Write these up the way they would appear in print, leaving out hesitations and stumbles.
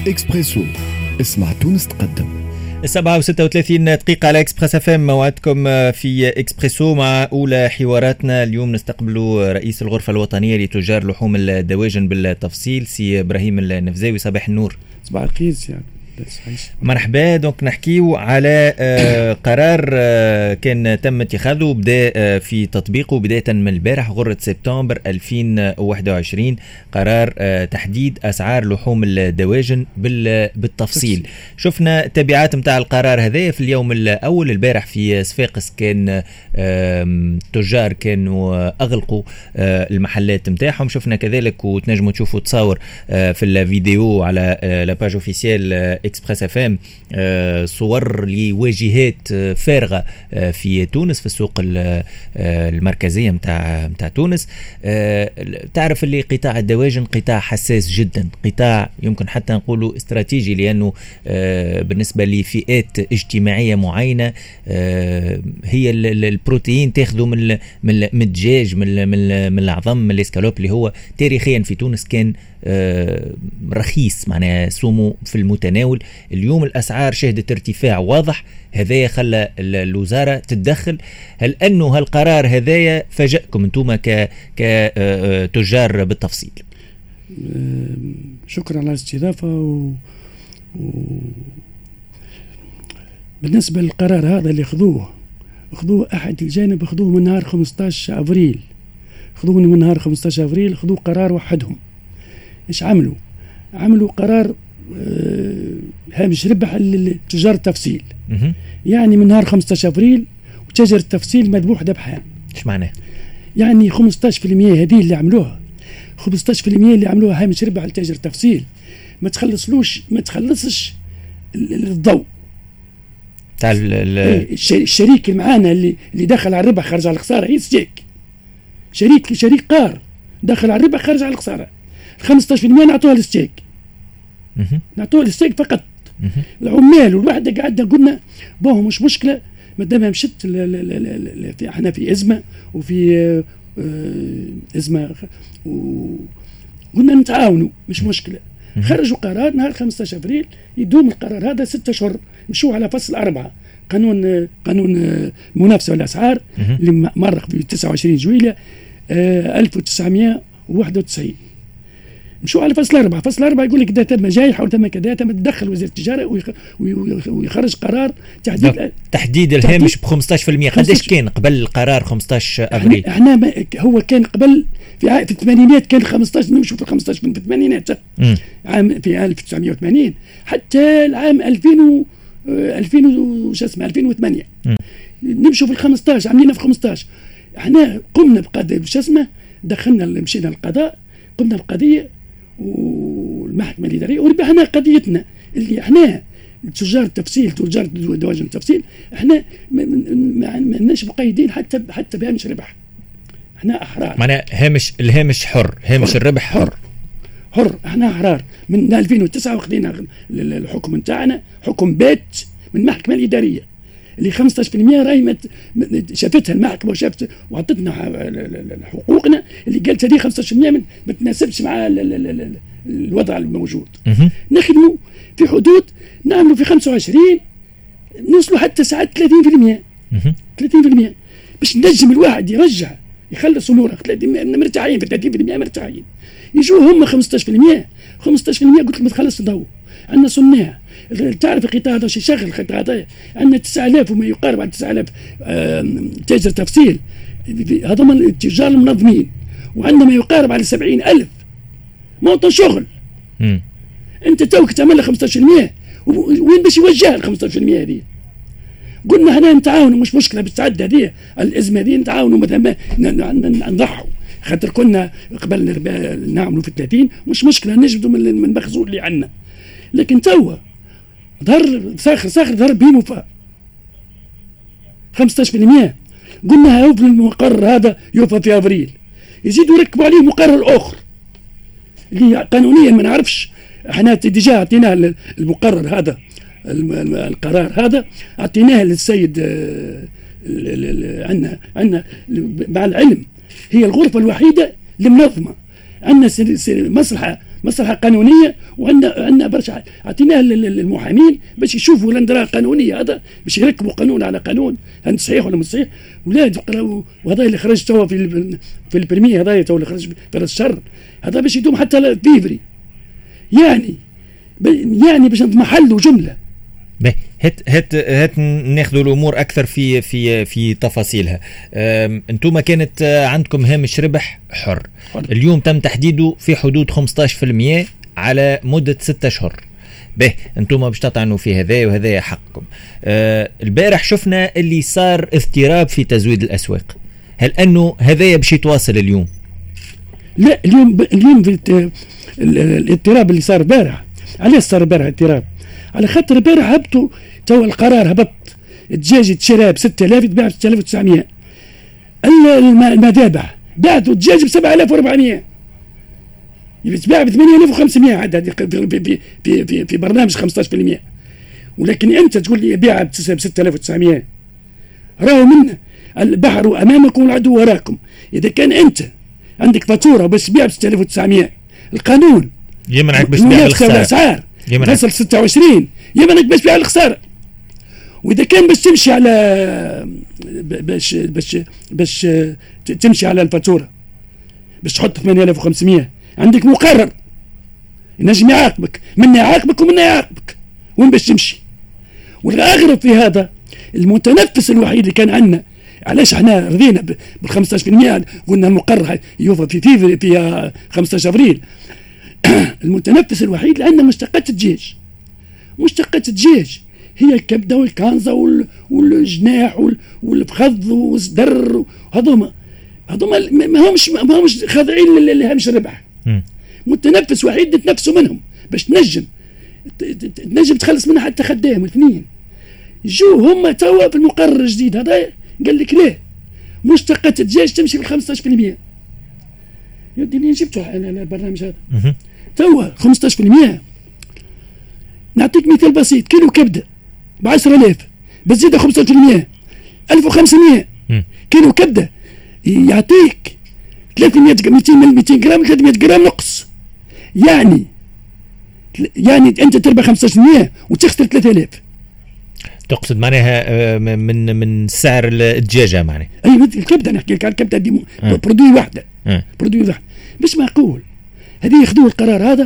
إكسبريسو، اسمع تونس تقدم. 7:36 على إكسبريس FM. موعدكم في إكسبريسو مع أولى حواراتنا. اليوم نستقبل رئيس الغرفة الوطنية لتجار لحوم الدواجن بالتفصيل، سي إبراهيم النفزاوي. صباح النور. صباح الخير يعني. مرحبا. دونك نحكيو على قرار كان تم اتخاذه وبدأ في تطبيقه بداية من البارح غرة سبتمبر 2021. قرار تحديد أسعار لحوم الدواجن بالتفصيل. شفنا تبعات متاع القرار هذا في اليوم الأول. البارح في صفاقس كان تجار كانوا أغلقوا المحلات متاعهم. شفنا كذلك وتنجموا تشوفوا تصور في الفيديو على لاباج اوفيسيال إكسبريس FM صور لواجهات فارغة في تونس في السوق المركزية متاع تونس. تعرف اللي قطاع الدواجن قطاع حساس جدا، قطاع يمكن حتى نقوله استراتيجي، لأنه بالنسبة لفئات اجتماعية معينة هي البروتين تاخذه من الدجاج، من العظم، من الاسكالوب اللي هو تاريخيا في تونس كان رخيص، معناها سومه في المتناول. اليوم الأسعار شهدت ارتفاع واضح، هذايا خلى الوزارة تتدخل. هل أنه هالقرار هذايا فاجأكم أنتم كتجار بالتفصيل؟ شكرا على الاستضافة. بالنسبة للقرار هذا اللي خذوه أحد الجانب، خذوه من نهار 15 أفريل، من نهار 15 أفريل خذوه قرار وحدهم. إيش عملوا قرار هامش ربح للتجار التفصيل. يعني من نهار 15 أفريل وتجار التفصيل مذبوح ذبحان. إيش معناه؟ يعني 15% هذه اللي عملوها، 15% اللي عملوها هامش ربح لتجار التفصيل ما تخلصش الضوء تاع الشريك معانا اللي دخل على الربح خرج على الخسارة. هي شريك قار دخل على الربح خرج على الخسارة. 15% نعطوها للستيك، نعطوها للستيك فقط. العمال والوحدة قعدنا قلنا بوه مش مشكلة ما دام مشت احنا في أزمة وفي أزمة قلنا نتعاونوا مش مشكلة. خرجوا قرار نهار 15 أفريل يدوم القرار هذا 6 أشهر. مشوا على فصل 4 قانون المنافسة والأسعار اللي مرق في 29 جويلية 1991. مشوا على فصل 4. فصل 4 يقول لك إذا تم جائحة وتم كذا تم تدخل وزير التجارة ويخرج قرار تحديد الهامش ب 15%. قديش كان قبل القرار 15 أفريل؟ احنا هو كان قبل في الثمانينات كان 15. نمشوا في 15 في الثمانينات عام في 1980 حتى العام 2008 نمشوا في 15. عاملين في 15. احنا قمنا بقضية مشينا للقضاء، قمنا بقضية والمحكمة الإدارية وربحنا قضيتنا اللي احنا تجار التفصيل، تجار دواجن التفصيل. احنا ما لناش مقيدين حتى بهامش ربح. احنا احرار، معناها الهامش حر، هامش الربح حر. احنا احرار. من 2009 واخدين الحكم نتاعنا حكم بات من المحكمة الإدارية اللي 15% راهي شافتها المحكمة وشافت وعطتنا حقوقنا اللي قالت هذه 15% ما تناسبش مع الوضع الموجود. نخدموا في حدود نعملوا في 25 نوصلوا حتى ساعات 30% باش نجم الواحد يرجع يخلص اموره. مرتاحين في 30% مرتاحين. يجوا هم 15% قلت لهم تخلص الضوء. عندنا صناع، تعرف القطاع هذا شغل القطاع هذا عندنا 9000 وما يقارب على 9000 تاجر تفصيل. هذوما التجار المنظمين، وعندنا ما يقارب على 70,000 موطن شغل. انت توك تعمل له 15% وين باش يوجه ال 15% هذه؟ قلنا هنا نتعاونوا مش مشكله بالتعدي هذه الازمه هذه نتعاونوا مثلا نضحوا خاطر كنا قبل نعملوا في 30 مش مشكله نجبدوا من المخزون اللي عندنا. لكن توا ظهر ساخر ظهر بهم وفاء 15%. قلنا هاو في المقرر هذا يوفى في افريل، يزيدوا يركبوا عليه مقرر اخر اللي قانونيا ما نعرفش. احنا ديجا اعطيناه المقرر هذا، القرار هذا اعطيناه للسيد عندنا مع العلم هي الغرفه الوحيده المنظمه. عندنا مصلحه مصلحه قانونيه، وعندنا برشا اعطيناها للمحامين باش يشوفوا الاندراء القانونيه، هذا باش يركبوا قانون على قانون هل صحيح ولا مش صحيح. ولاد يقراوا، وهذا اللي خرج توا في البرمي، هذا توا اللي خرج في الشهر، هذا باش يدوم حتى فيفري، يعني باش نضمحلوا جمله. هات ناخذ الامور اكثر في تفاصيلها. انتم كانت عندكم هامش ربح حر، اليوم تم تحديده في حدود 15% على مده 6 أشهر. انتم باش تطعنوا في هذا وهذا حقكم. البارح شفنا اللي صار اضطراب في تزويد الاسواق، هل انه هذا باش يتواصل اليوم؟ لا، اليوم في الاضطراب اللي صار البارح. علاش صار البارح اضطراب؟ على خاطر البارح هبطوا، تو القرار هبط الدجاج يتشرى ب 6000 يتباع ب 6900. المذابح بعتوا الدجاج ب 7400 يتباع ب 8500 عاد في برنامج 15%. ولكن انت تقول لي بيعها ب 6900، راهو منا البحر امامكم والعدو وراكم. اذا كان انت عندك فاتوره بس تبيع ب 6900، القانون يمنعك باش تبيع الاسعار تصل 26 يمنعك باش تبيع الخساره. واذا كان باش تمشي على باش تمشي على الفاتوره باش تحط 8500، عندك مقرر ينجم يعاقبك، منا يعاقبك ومنا يعاقبك، وين باش تمشي؟ والاغرب في هذا المتنفس الوحيد اللي كان عندنا، علاش احنا رضينا بال 15%؟ قلنا المقرر يوفى في 15 ابريل. المتنفس الوحيد اللي عندنا مشتقات الدجاج. مشتقات الدجاج هي الكبده والكانزه والجناح والفخذ والصدر، هذوما ما همش خاضعين لهامش الربح. متنفس وحيد نتنفسوا منهم باش تنجم تخلص منها حتى خدام الاثنين. جو هم توا في المقرر الجديد هذا قال لك ليه مشتقات الدجاج تمشي بال 15%. يودي لي جبتوا البرنامج هذا توا 15%. نعطيك مثال بسيط، كيلو كبده ب 10000 بس زيد 15% 1500. كيلو كبده يعطيك 300 200 جرام 300 جرام نقص، يعني انت تربح 15% وتخسر 3000. تقصد معناها من سعر الدجاجه معناها؟ اي الكبده، نحكي لك على الكبده دي برودوي واحده. مش معقول هذه ياخذوا القرار هذا.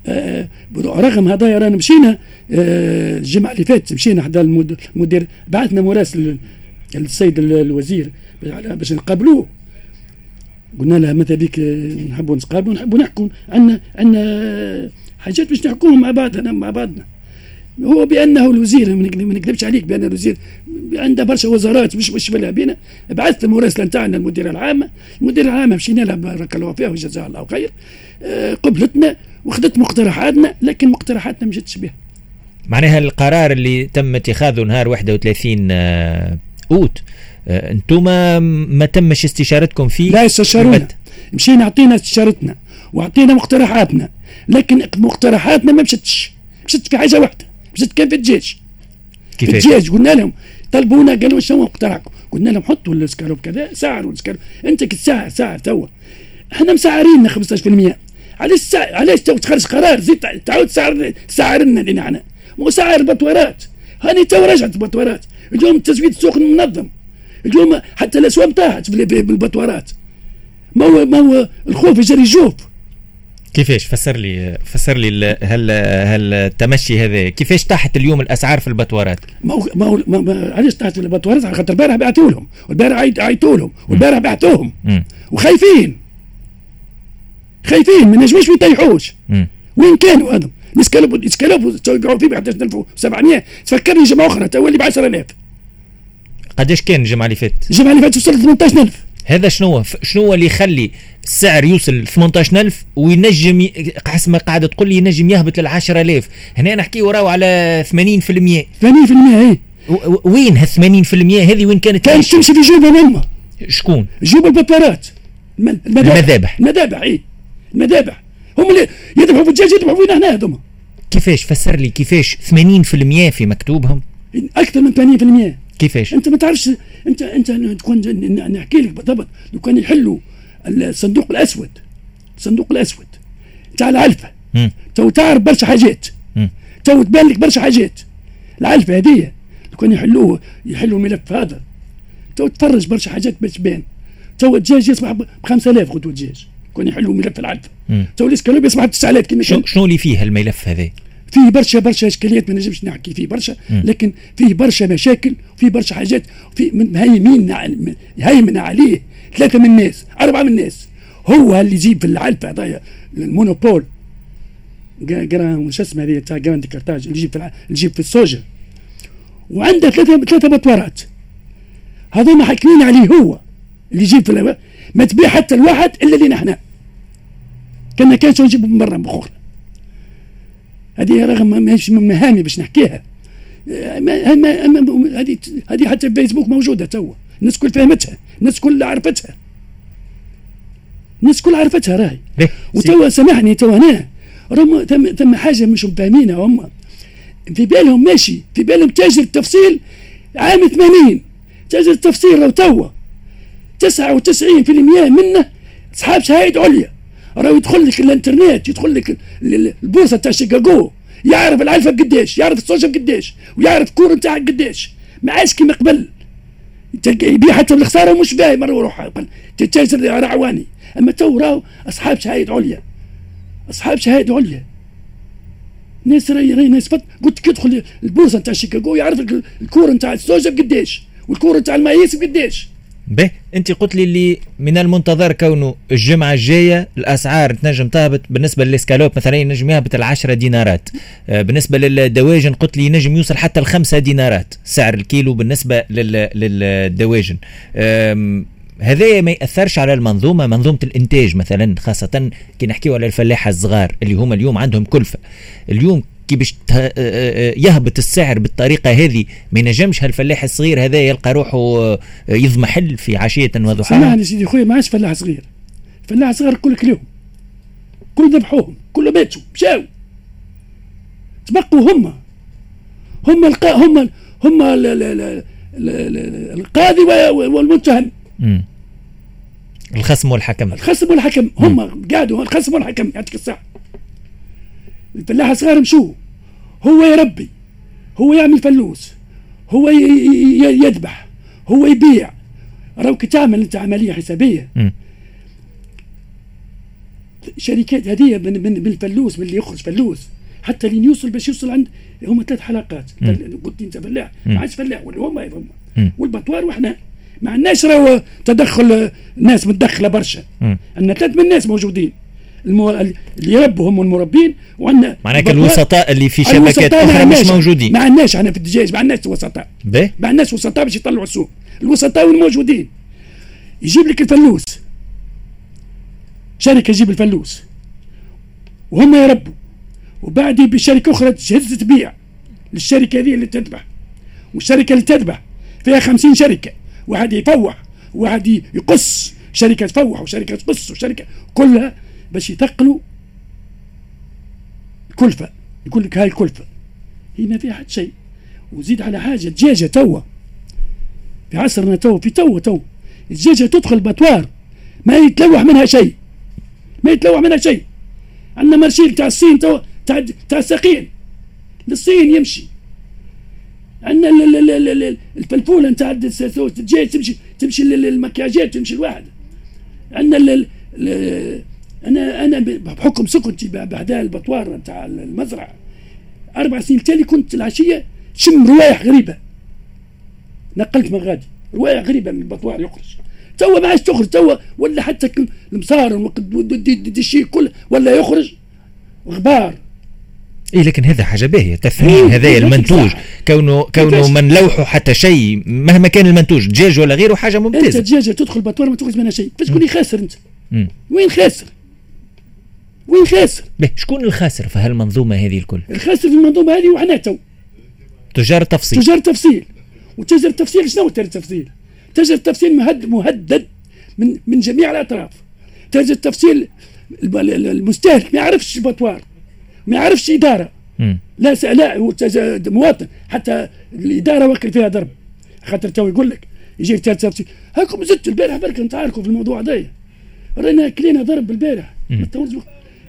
رغم هذا رانا مشينا الجمعه اللي فاتت، مشينا حدا المدير، بعثنا مراسل للسيد الوزير باش نقابلوه. قلنا له ماذا بك نحبوا نتقابلوا، نحبوا نحكوا عندنا حاجات باش نحكوهم مع بعضنا. هو بانه الوزير، ما نكذبش عليك بان الوزير عنده برشا وزارات مش بالها بينا. بعثت المراسله نتاعنا المديره العامه مشينا لها بارك الله فيها وجزاها الله خير، قبلتنا واخذت مقترحاتنا، لكن مقترحاتنا ما جاتش بها. معناها القرار اللي تم اتخاذه نهار 31 اوت انتم ما تمش استشارتكم فيه؟ لا استشارونا، مشينا اعطينا استشارتنا واعطينا مقترحاتنا، لكن مقترحاتنا ما مشتش في حاجه واحده، مشت كان في الدجاج. كيفاش؟ الدجاج قلنا لهم، طلبونا قالوا شنو مقترحكم؟ قلنا لهم حطوا السكالوب كذا، سعروا السكالوب. انت كتسعر توا احنا مسعرين 15%. علاش تو تخرج قرار زيد تعاود سعرنا لنا احنا؟ مو سعر البطورات، هاني تو رجعت البطورات. اليوم تزويد السوق منظم، اليوم حتى الاسواق طاحت بالبطورات. ما هو الخوف يجري الجوف. كيفاش؟ فسر لي هل التمشي هذا كيفاش طاحت اليوم الاسعار في البطورات؟ ما علاش طاحت في البطورات؟ على خاطر البارح بعتوا لهم، والبارح عيطوا لهم، والبارح بعتوهم وخايفين ما نجموش ما يطيحوش. وين كانوا هذم؟ يسكلبوا يبيعوا فيه ب 11700. تفكرني جمعه اخرى تو اللي ب 10000. قداش كان الجمعه اللي فاتت؟ الجمعه اللي فاتت وصلت 18000. هذا شنو اللي يخلي السعر يوصل 18000 وينجم حسب ما قاعده تقول لي ينجم يهبط لل 10000؟ هنا نحكي وراه على 80%. 80% اي. وين ه 80% هذه؟ وين كانت تمشي في جيوبهم هم؟ شكون؟ جيوب البطارات، المذابح اي المذابح هم اللي يذبحوا في الدجاج، يذبحوا فينا هنا هذوما. كيفاش؟ فسر لي كيفاش 80% في مكتوبهم؟ اكثر من 80%. كيفاش؟ انت ما تعرفش، انت تكون نحكي لك بالضبط. لو كان يحلوا الصندوق الاسود تاع العلفه تو تعرف برشا حاجات، تو تبان لك برشا حاجات. العلفه هذه كون يحلوا الملف هذا تو تفرج برشا حاجات باش تبان. تو الدجاج يصبح ب 5000 غدوه الدجاج كون يحلوا ملف العلفه. تو الاسكالوب يصبح ب 9000. كيما شنو اللي فيه الملف هذا؟ فيه برشا اشكاليات ما نجمش نحكي فيه برشا، لكن فيه برشا مشاكل وفيه برشا حاجات في هيمن عليه 3 من الناس 4 من الناس. هو اللي يجيب في العلفه هذايا المونوبول وش اسمه هذه تاع جراند كارتاج اللي يجيب في السوجا، وعنده 3 بطورات هذوما حاكمين عليه. هو اللي يجيب في ما تبيع حتى الواحد الا اللي نحن كنا كانش نجيبه من برا بخور. هذه رغم ماهيش من مهامي باش نحكيها، هذه حتى في فيسبوك موجوده. تو الناس كل فهمتها، الناس كل عرفتها، الناس كل عرفتها راهي. وتوا سامحني تو هنا ثم حاجه مش فاهمينها. هم في بالهم ماشي في بالهم تاجر التفصيل عام 80. تاجر التفصيل لو توا 99% منه اصحاب شهاده عليا. راهو يدخل لك الانترنت، يدخل لك البورصه تاع شيكاغو، يعرف العلفه بقداش، يعرف الصوجه بقداش، ويعرف الكور نتاعك قداش. ما عادش كيما قبل يبيع حتى بالخساره ومش باهي مره وروح تتاجر رعواني. اما تو راهو اصحاب شهاده عليا، اصحاب شهاده عليا. ناس راهي ناس قلت لك يدخل البورصه نتاع شيكاغو يعرف الكور نتاع الصوجه بقداش والكور نتاع المايس بقداش. به انت قلت لي اللي من المنتظر كونه الجمعه الجايه الاسعار تنجم تهبط. بالنسبه للاسكالوب مثلا ينجم يهبط 10 دينارات، بالنسبه للدواجن قلت لي ينجم يوصل حتى 5 دينارات سعر الكيلو بالنسبه للدواجن. هذا ما يأثرش على منظومة الإنتاج مثلا، خاصة كي نحكيو على الفلاحة الصغار اللي هم اليوم عندهم كلفة. اليوم كي باش يهبط السعر بالطريقة هذه ما ينجمش هالفلاح الصغير هذا يلقى روحه يضمحل في عشية وضحاها. سمعني سيدي خويا، ما عادش فلاح صغير. الفلاح الصغير كل كلهم كل ذبحوهم كل ماتوا مشاو، تبقوا هم القاضي والمتهم، الخصم والحكم هم قاعدوا الخصم والحكم. يعطيك الصحة. الفلاح الصغير مشوا، هو يربي، هو يعمل فلوس، هو يذبح، هو يبيع. راهو كي تعمل انت عملية حسابية شركات هذه بالفلوس باللي يخرج فلوس حتى لين يوصل باش يوصل عند هم 3 حلقات. قلت انت فلاح ما عادش فلاح ولا هم والبطوار. واحنا ما عندناش راهو تدخل ناس متدخله برشا. عندنا 3 من الناس موجودين اللي يربوا هم المربين، وعندنا معناك الوسطاء اللي في شبكات اخرى مش موجودين. ما عندناش احنا في الدجاج ما عندناش وسطاء، ما عندناش وسطاء باش يطلعوا السوق. الوسطاء وين موجودين؟ يجيب لك الفلوس، شركه تجيب الفلوس وهم يربوا، وبعد بشركه اخرى تجهز تبيع للشركه هذه اللي تذبح. والشركه اللي تذبح فيها 50 شركه، واحد يفوح وواحد يقص، شركه تفوح وشركه تقص وشركه كلها باش يثقلوا الكلفه. يقول لك هاي الكلفه هي ما فيها حد شيء. وزيد على حاجه الدجاجه توا في عصرنا تو الدجاجه تدخل بطوار ما يتلوح منها شيء، عندنا مرشيل تاع الصين تاع الساقين للصين يمشي. عندنا الفلفوله نتاع الدجاج تمشي للمكياجات تمشي الواحد. عندنا انا بحكم سكنتي بعدا البطوار نتاع المزرعه 4 سنين تالي كنت العشيه شم روايح غريبه. نقلت من غادي روايح غريبه من البطوار يخرج. توا ما عادش تخرج توا، ولا حتى المصارن الشيء كله ولا يخرج غبار. لكن هذا حاجه باهيه تثمين هذا المنتوج، كونه ما نلوحوا حتى شيء مهما كان المنتوج دجاج ولا غيره حاجه ممتازه. انت دجاجه تدخل بطوار ما تخرج منها شيء، فشكون خاسر انت؟ وين خاسر؟ شكون الخاسر في هالمنظومه هذه الكل؟ الخاسر في المنظومه هذه وحنا تجار التفصيل. وتجار التفصيل شنو تجار التفصيل؟ تجار التفصيل مهدد من جميع الاطراف. تجار التفصيل المستهلك ما يعرفش بطوار، ما يعرفش اداره. لا مواطن حتى الاداره وكل فيها ضرب. خاطر تو يقول لك يجي تجار التفصيل هاكم زدت البارح برك انت عارفوا في الموضوع هذايا رانا كلينا ضرب البارح.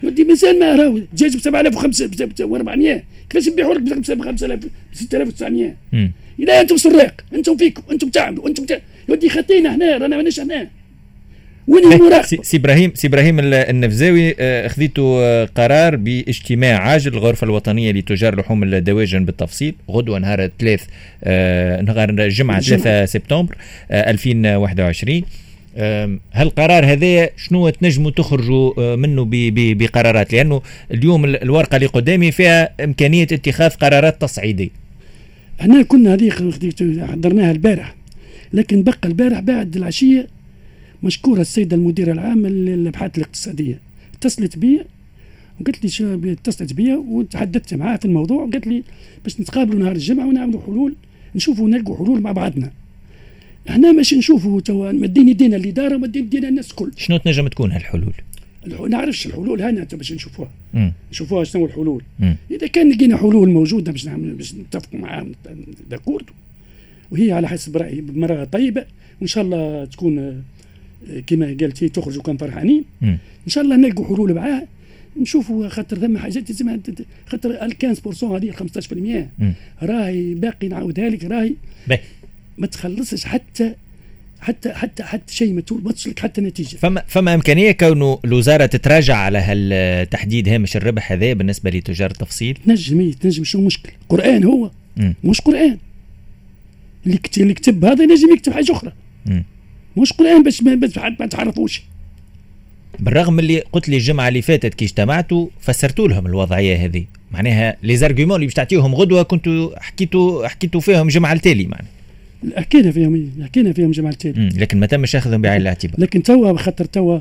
ودي مازال ما راهو دجاج ب 7400 كيفاش نبيعوا لك ب 5000 ب 6900 اذا انتم سراق انتم فيكم انتم تعملوا انتم ودي خطينا هنا رانا ماناش هنا وين المراقبه. سي ابراهيم النفزاوي خذيتوا قرار باجتماع عاجل الغرفه الوطنيه لتجار لحوم الدواجن بالتفصيل غدوه نهار الجمعه 3 سبتمبر 2021. هالقرار هذا شنو تنجموا تخرجوا منه بقرارات؟ لانه اليوم الورقه اللي قدامي فيها امكانيه اتخاذ قرارات تصعيديه. احنا كنا هذه حضرناها البارح، لكن بقى البارح بعد العشيه مشكوره السيده المديره العامه للابحاث الاقتصاديه اتصلت بي وقالت لي شو اتصلت بي وتحدثت معها في الموضوع وقالت لي باش نتقابلوا نهار الجمعه ونعملوا حلول، نشوفوا نلقوا حلول مع بعضنا. احنا ماشي نشوفوا توا مدين يدينا الاداره ومدين يدينا الناس الكل. شنو تنجم تكون هالحلول؟ نعرفش الحلول هنا باش نشوفوها شنو الحلول. اذا كان لقينا حلول موجوده باش نتفقوا معاهم داكورد، وهي على حسب رايي بمرأة طيبه وان شاء الله تكون كما قالت هي تخرجوا كان فرحانين. ان شاء الله نلقوا حلول معاها نشوفوا، خاطر ثم حاجات لازم، خاطر ال 15% هذه 15% راهي باقي نعاودها لك، راهي ما تخلصش حتى شيء، ما توصلك حتى نتيجه. فما امكانيه كونه الوزاره تتراجع على هالتحديد هامش الربح هذا بالنسبه لتجار التفصيل؟ تنجم شو مشكل؟ قران هو مش قران اللي كتب هذا لازم يكتب حاجه اخرى. مش قران باش ما تعرفوش. بالرغم اللي قلت لي الجمعه اللي فاتت كي اجتمعتوا فسرتوا لهم الوضعيه هذه، معناها لي زارغومون اللي باش تعطيوهم غدوه كنتوا حكيتوا فيهم الجمعه التالي، معناها حكينا فيهم جماعه التالي، لكن ما تمش اخذهم بعين الاعتبار. لكن توا خاطر توا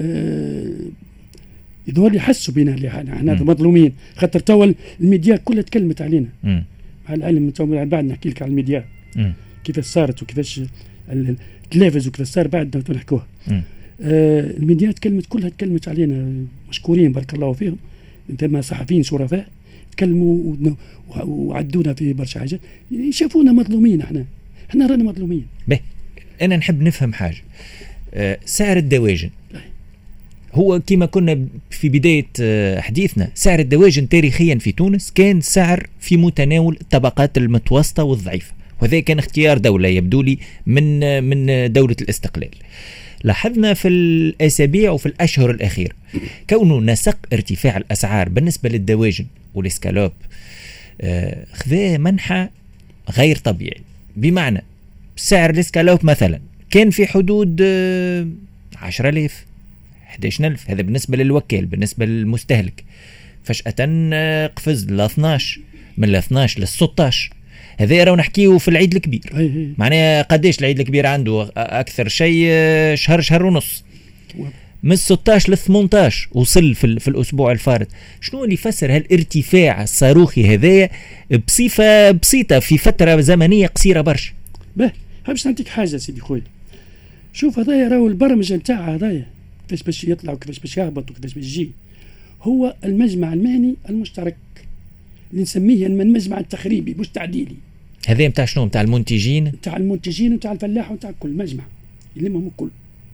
يظهر يحسوا بنا اللي احنا مظلومين، خاطر توا الميديا كلها تكلمت علينا. على العلم توا بعد نحكي لك على الميديا كيفاش صارت وكيفاش التلفز وكيفاش صار بعد نحكوها. الميديا كلها تكلمت علينا، مشكورين بارك الله فيهم، ثم صحفيين شرفاء تكلموا وعدونا في برشا حاجات، شافونا مظلومين. احنا رانا مظلومين. انا نحب نفهم حاجه، سعر الدواجن هو كما كنا في بدايه حديثنا، سعر الدواجن تاريخيا في تونس كان سعر في متناول الطبقات المتوسطه والضعيفه، وهذا كان اختيار دوله يبدو لي من دوله الاستقلال. لاحظنا في الأسابيع وفي الأشهر الأخيرة كونه نسق ارتفاع الأسعار بالنسبة للدواجن والإسكالوب خذا منحى غير طبيعي. بمعنى سعر الإسكالوب مثلا كان في حدود 10,000 11,000، هذا بالنسبة للوكال، بالنسبة للمستهلك فجأة قفز ل 12، من ال 12 لل 16. هذا راهو نحكيه في العيد الكبير. معناها قديش العيد الكبير عنده اكثر شيء شهر ونص، من 16 ل 18 وصل في الاسبوع الفارط. شنو اللي يفسر هالارتفاع الصاروخي هذايا بصفه بسيطه في فتره زمنيه قصيره برشا؟ باش نعطيك حاجه سيدي خويا، شوف هذايا راهو البرمجه نتاعها هذايا كيفاش باش يطلع وكيفاش باش يهبط وكيفاش باش يجي، هو المجمع المهني المشترك اللي نسميه المجمع التخريبي مش تعديلي. هذا نتاع شنو؟ نتاع المنتجين ونتاع الفلاح ونتاع كل مجمع يلمهم الكل.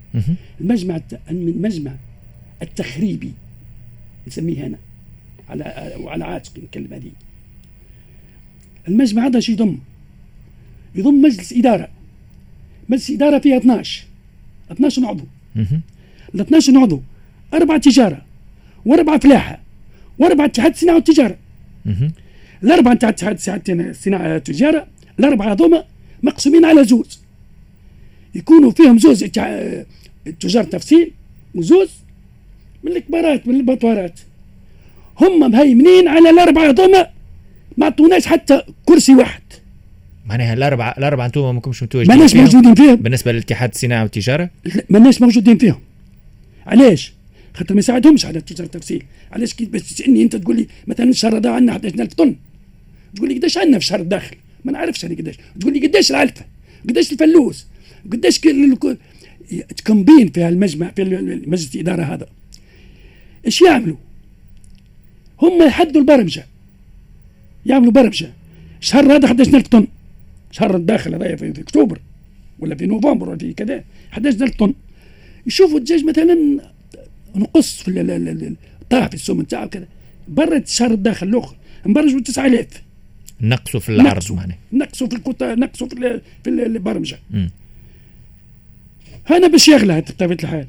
المجمع التخريبي نسميه هنا على عاتق نكلم هذه. المجمع هذا شو يضم مجلس إدارة. مجلس إدارة فيها 12 عضو. ال 12 عضو 4 تجارة و4 فلاحة و4 اتحاد الصناعة والتجارة. الأربعة نتاع اتحاد الصناعة والتجارة، الأربعة هذوما مقسومين على زوز، يكونوا فيهم زوز تجار تفصيل وزوز من الكبارات من البطوارات. هم مهيمنين على الأربعة هذوما، ما عطوناش حتى كرسي واحد. معناها الأربعة أنتم ما كنتوش متواجدين، ماناش موجودين فيهم بالنسبة للاتحاد الصناعة والتجارة. ماناش موجودين فيهم. علاش؟ خاطر ما يساعدهمش على تجار التفصيل. علاش كي باش تسالني انت تقول لي مثلا الشهر هذا عندنا 11,000 طن، تقول لي قداش عندنا في الشهر الداخل؟ ما نعرفش انا قداش. تقول لي قداش العلفه، قداش الفلوس، قداش تكمبين في المجمع في مجلس الاداره هذا. ايش يعملوا؟ هم يحدوا البرمجه، يعملوا برمجه الشهر هذا 11,000 طن، شهر الداخل هذا في اكتوبر ولا في نوفمبر ولا في كذا 11,000 طن. يشوفوا الدجاج مثلا نقص في طاح في السوم نتاعو كذا، برد الشهر الداخل الاخر مبرجوا 9000. نقصوا في العرض معناها، نقصوا في الكوتا، نقصوا في البرمجه. هنا باش يغلى بطبيعه الحال.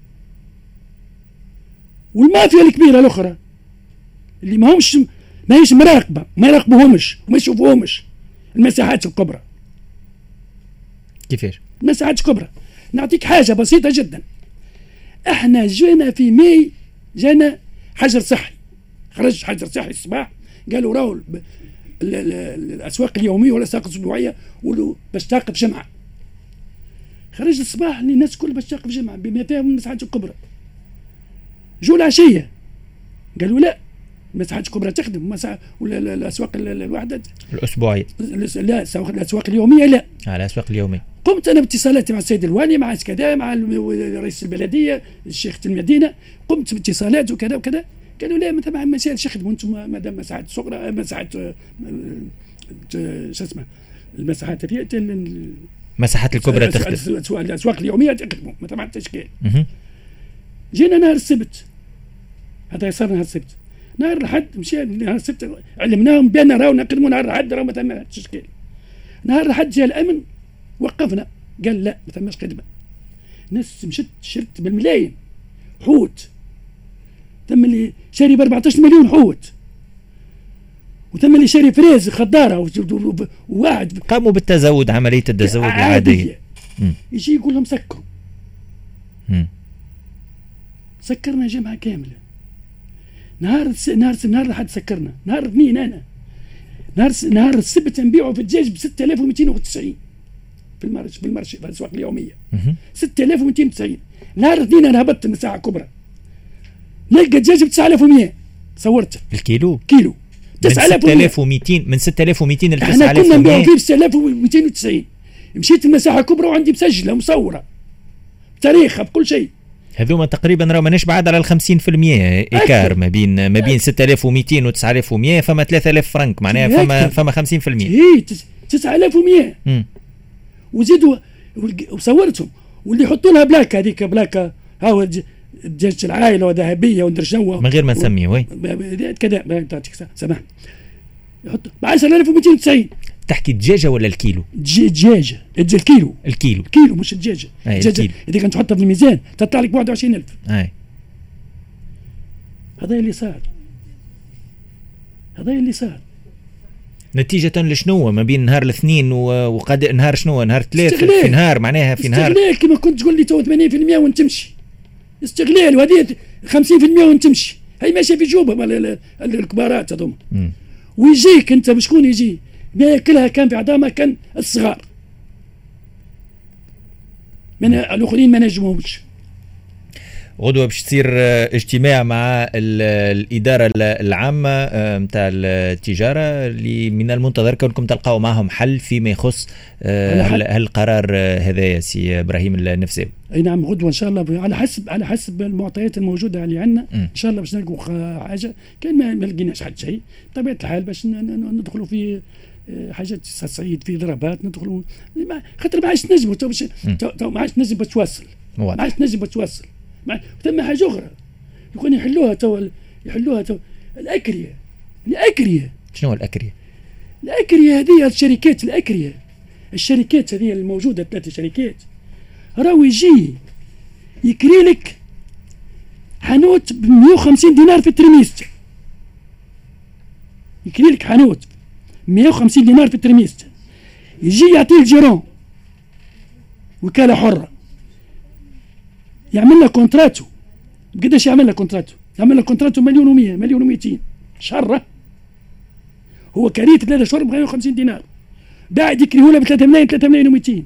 والمافيا الكبيره الاخرى اللي ماهيش مراقبه، ما يراقبوهمش وما يشوفوهمش، المساحات الكبرى. كيفاش؟ المساحات الكبرى نعطيك حاجه بسيطه جدا. احنا جينا في ماي، جانا حجر صحي، خرج حجر صحي الصباح، قالوا راهو الاسواق اليوميه والاسواق الاسبوعيه ولو باش تاقف جمعه. خرج الصباح الناس كل باش تاقف جمعه بما فيها من المساحات الكبرى. جو العشيه قالوا لا، المساحات الكبرى تخدم، ولا الاسواق الوحده الاسبوعيه لا، الاسواق اليوميه لا. على الاسواق اليوميه. قمت انا باتصالاتي مع السيد الوالي، مع كذا، مع رئيس البلديه الشيخ المدينه، قمت باتصالات وكذا وكذا. قالوا لا ما مسائل خدموا انتم مادام مساحات صغرى، مساحات شو اسمه، المساحات مساحات الكبرى تخدم، الاسواق اليوميه تخدموا ما تبع التشكيل. جينا نهار السبت، هذا صار نهار السبت، نهار الحد مشى نهار السبت علمناهم بان راهو نقدموا نهار الحد، راهو ما تم تشكيل. نهار الحد جاء الامن وقفنا، قال لا ما تماش خدمه. ناس مشت شرت بالملايين حوت، تم اللي شاري ب 14 مليون حوت، وتم اللي شاري فريز خضاره وواحد قاموا بالتزود، عمليه التزود العاديه. يجي يقول لهم سكروا. سكرنا جمعه كامله. نهار الأحد سكرنا، نهار الاثنين انا نهار السبت نبيعوا في الدجاج ب 6290 في المرش في الاسواق اليوميه. 6290. نهار الاثنين انا هبطت المساحه الكبرى، نلقى الدجاج ب 9100 صورته الكيلو. كيلو 9200 من 6200 ل 9100. احنا كنا نبيعوا فيه ب 6290. مشيت المساحه الكبرى وعندي مسجله مصوره بتاريخها بكل شيء. هذوما تقريبا راه ماناش بعاد على 50% ايكار ما بين 6200 و 9100، فما 3000 فرنك معناها، فما 50%. اي 9100 وزيدوا وصورتهم، واللي يحطوا لها بلاكه، هذيك بلاكه هاو دجاجة العائله وذهبيه وندرجوها من غير ما نسميه وي كذا سامح، يحط ب 10290. تحكي الدجاجه ولا الكيلو؟ دجاجه الكيلو مش الدجاجه. الدجاجه اذا كنت تحطها في الميزان تطلع لك ب 21000. هذا اللي صار نتيجة لشنو ما بين نهار الاثنين وقد نهار شنو نهار ثلاث في نهار معناها في نهار استغلال. كما كنت تقول لي تو 80% وانت تمشي استغلال، وهذه 50% وانت تمشي، هي ماشيه في جوبها الكبارات هذوما. ويجيك انت بشكون يجي ما ياكلها كان في عظامه كان الصغار، من الاخرين ما نجموش. غدوة باش تصير اجتماع مع الإدارة العامة متاع التجارة اللي من المنتظر كونكم تلقاو معهم حل فيما يخص هالقرار هذا يا سي إبراهيم النفساوي. أي نعم، غدوة إن شاء الله على حسب المعطيات الموجودة اللي عندنا إن شاء الله باش نلقوا حاجة. كان ما لقيناش حد شيء طبيعة الحال باش ندخلوا في حاجات تصعيد في ضربات، ندخلوا خاطر ما عادش نجموا ما عادش نجم توصل، ما عادش نجم توصل. ثم حاجه اخرى يكون يحلوها تو الاكريه. شنو الاكريه؟ الاكريه هذه الشركات هذه الموجوده 3 شركات، راهو يجي يكري لك حانوت ب 150 دينار في التريمستر، يكري لك حانوت 150 دينار في التريمستر، يجي يعطيه الجيرون وكاله حره، يعمل له كونتراتو. قداش يعمل له كونتراتو؟ يعمل له كونتراتو 1,100,000 1,200,000 شهر. هو كريت 3 شهور ب 150 دينار، بعد يكريه له ب 3 ملايين 3 ملايين و200.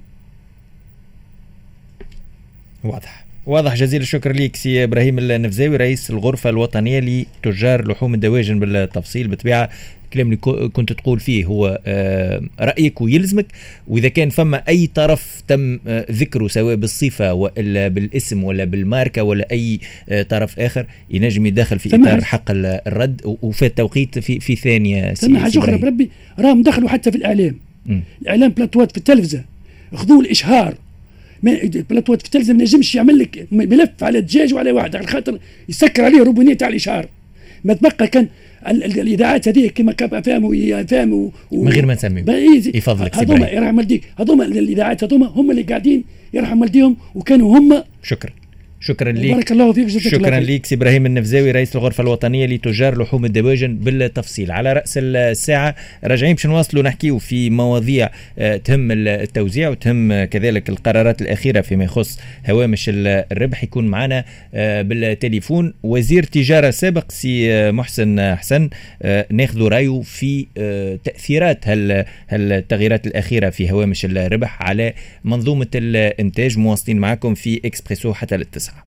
واضح. جزيل الشكر ليك سي إبراهيم النفزاوي، رئيس الغرفة الوطنية لتجار لحوم الدواجن. بالتفصيل بالطبيعة الكلام اللي كنت تقول فيه هو رأيك ويلزمك، وإذا كان فما أي طرف تم ذكره سواء بالصفة ولا بالاسم ولا بالماركة ولا أي طرف آخر ينجم يدخل في إطار حق الرد وفي التوقيت في ثانية. ثم حاجة أخرى بربي راهم دخلوا حتى في الإعلام. الإعلام بلاتوات في التلفزة، خذوا الإشهار بلاطوات فتلز ما نجمش يعمل لك ملف على الدجاج وعلى واحد على خاطر يسكر عليه روبونيه تاع الاشعار. ما تبقى كان الاذاعات هذه كما كاب افام ويفام من غير ما نسميهم يفضلك هذوما يرحم والديك، هذوما الاذاعات هذوما هم اللي قاعدين يرحم والديهم وكانوا هم. شكرا لك، بارك الله فيك. شكرا لك سي ابراهيم النفزاوي رئيس الغرفه الوطنيه لتجار لحوم الدواجن. بالتفصيل على راس الساعه راجعين باش نواصلوا نحكيو في مواضيع تهم التوزيع وتهم كذلك القرارات الاخيره فيما يخص هوامش الربح. يكون معنا بالتليفون وزير تجاره سابق سي محسن حسن، ناخذ رايه في تاثيرات التغييرات الاخيره في هوامش الربح على منظومه الانتاج. مواصلين معكم في اكسبريسو حتى للتسعة.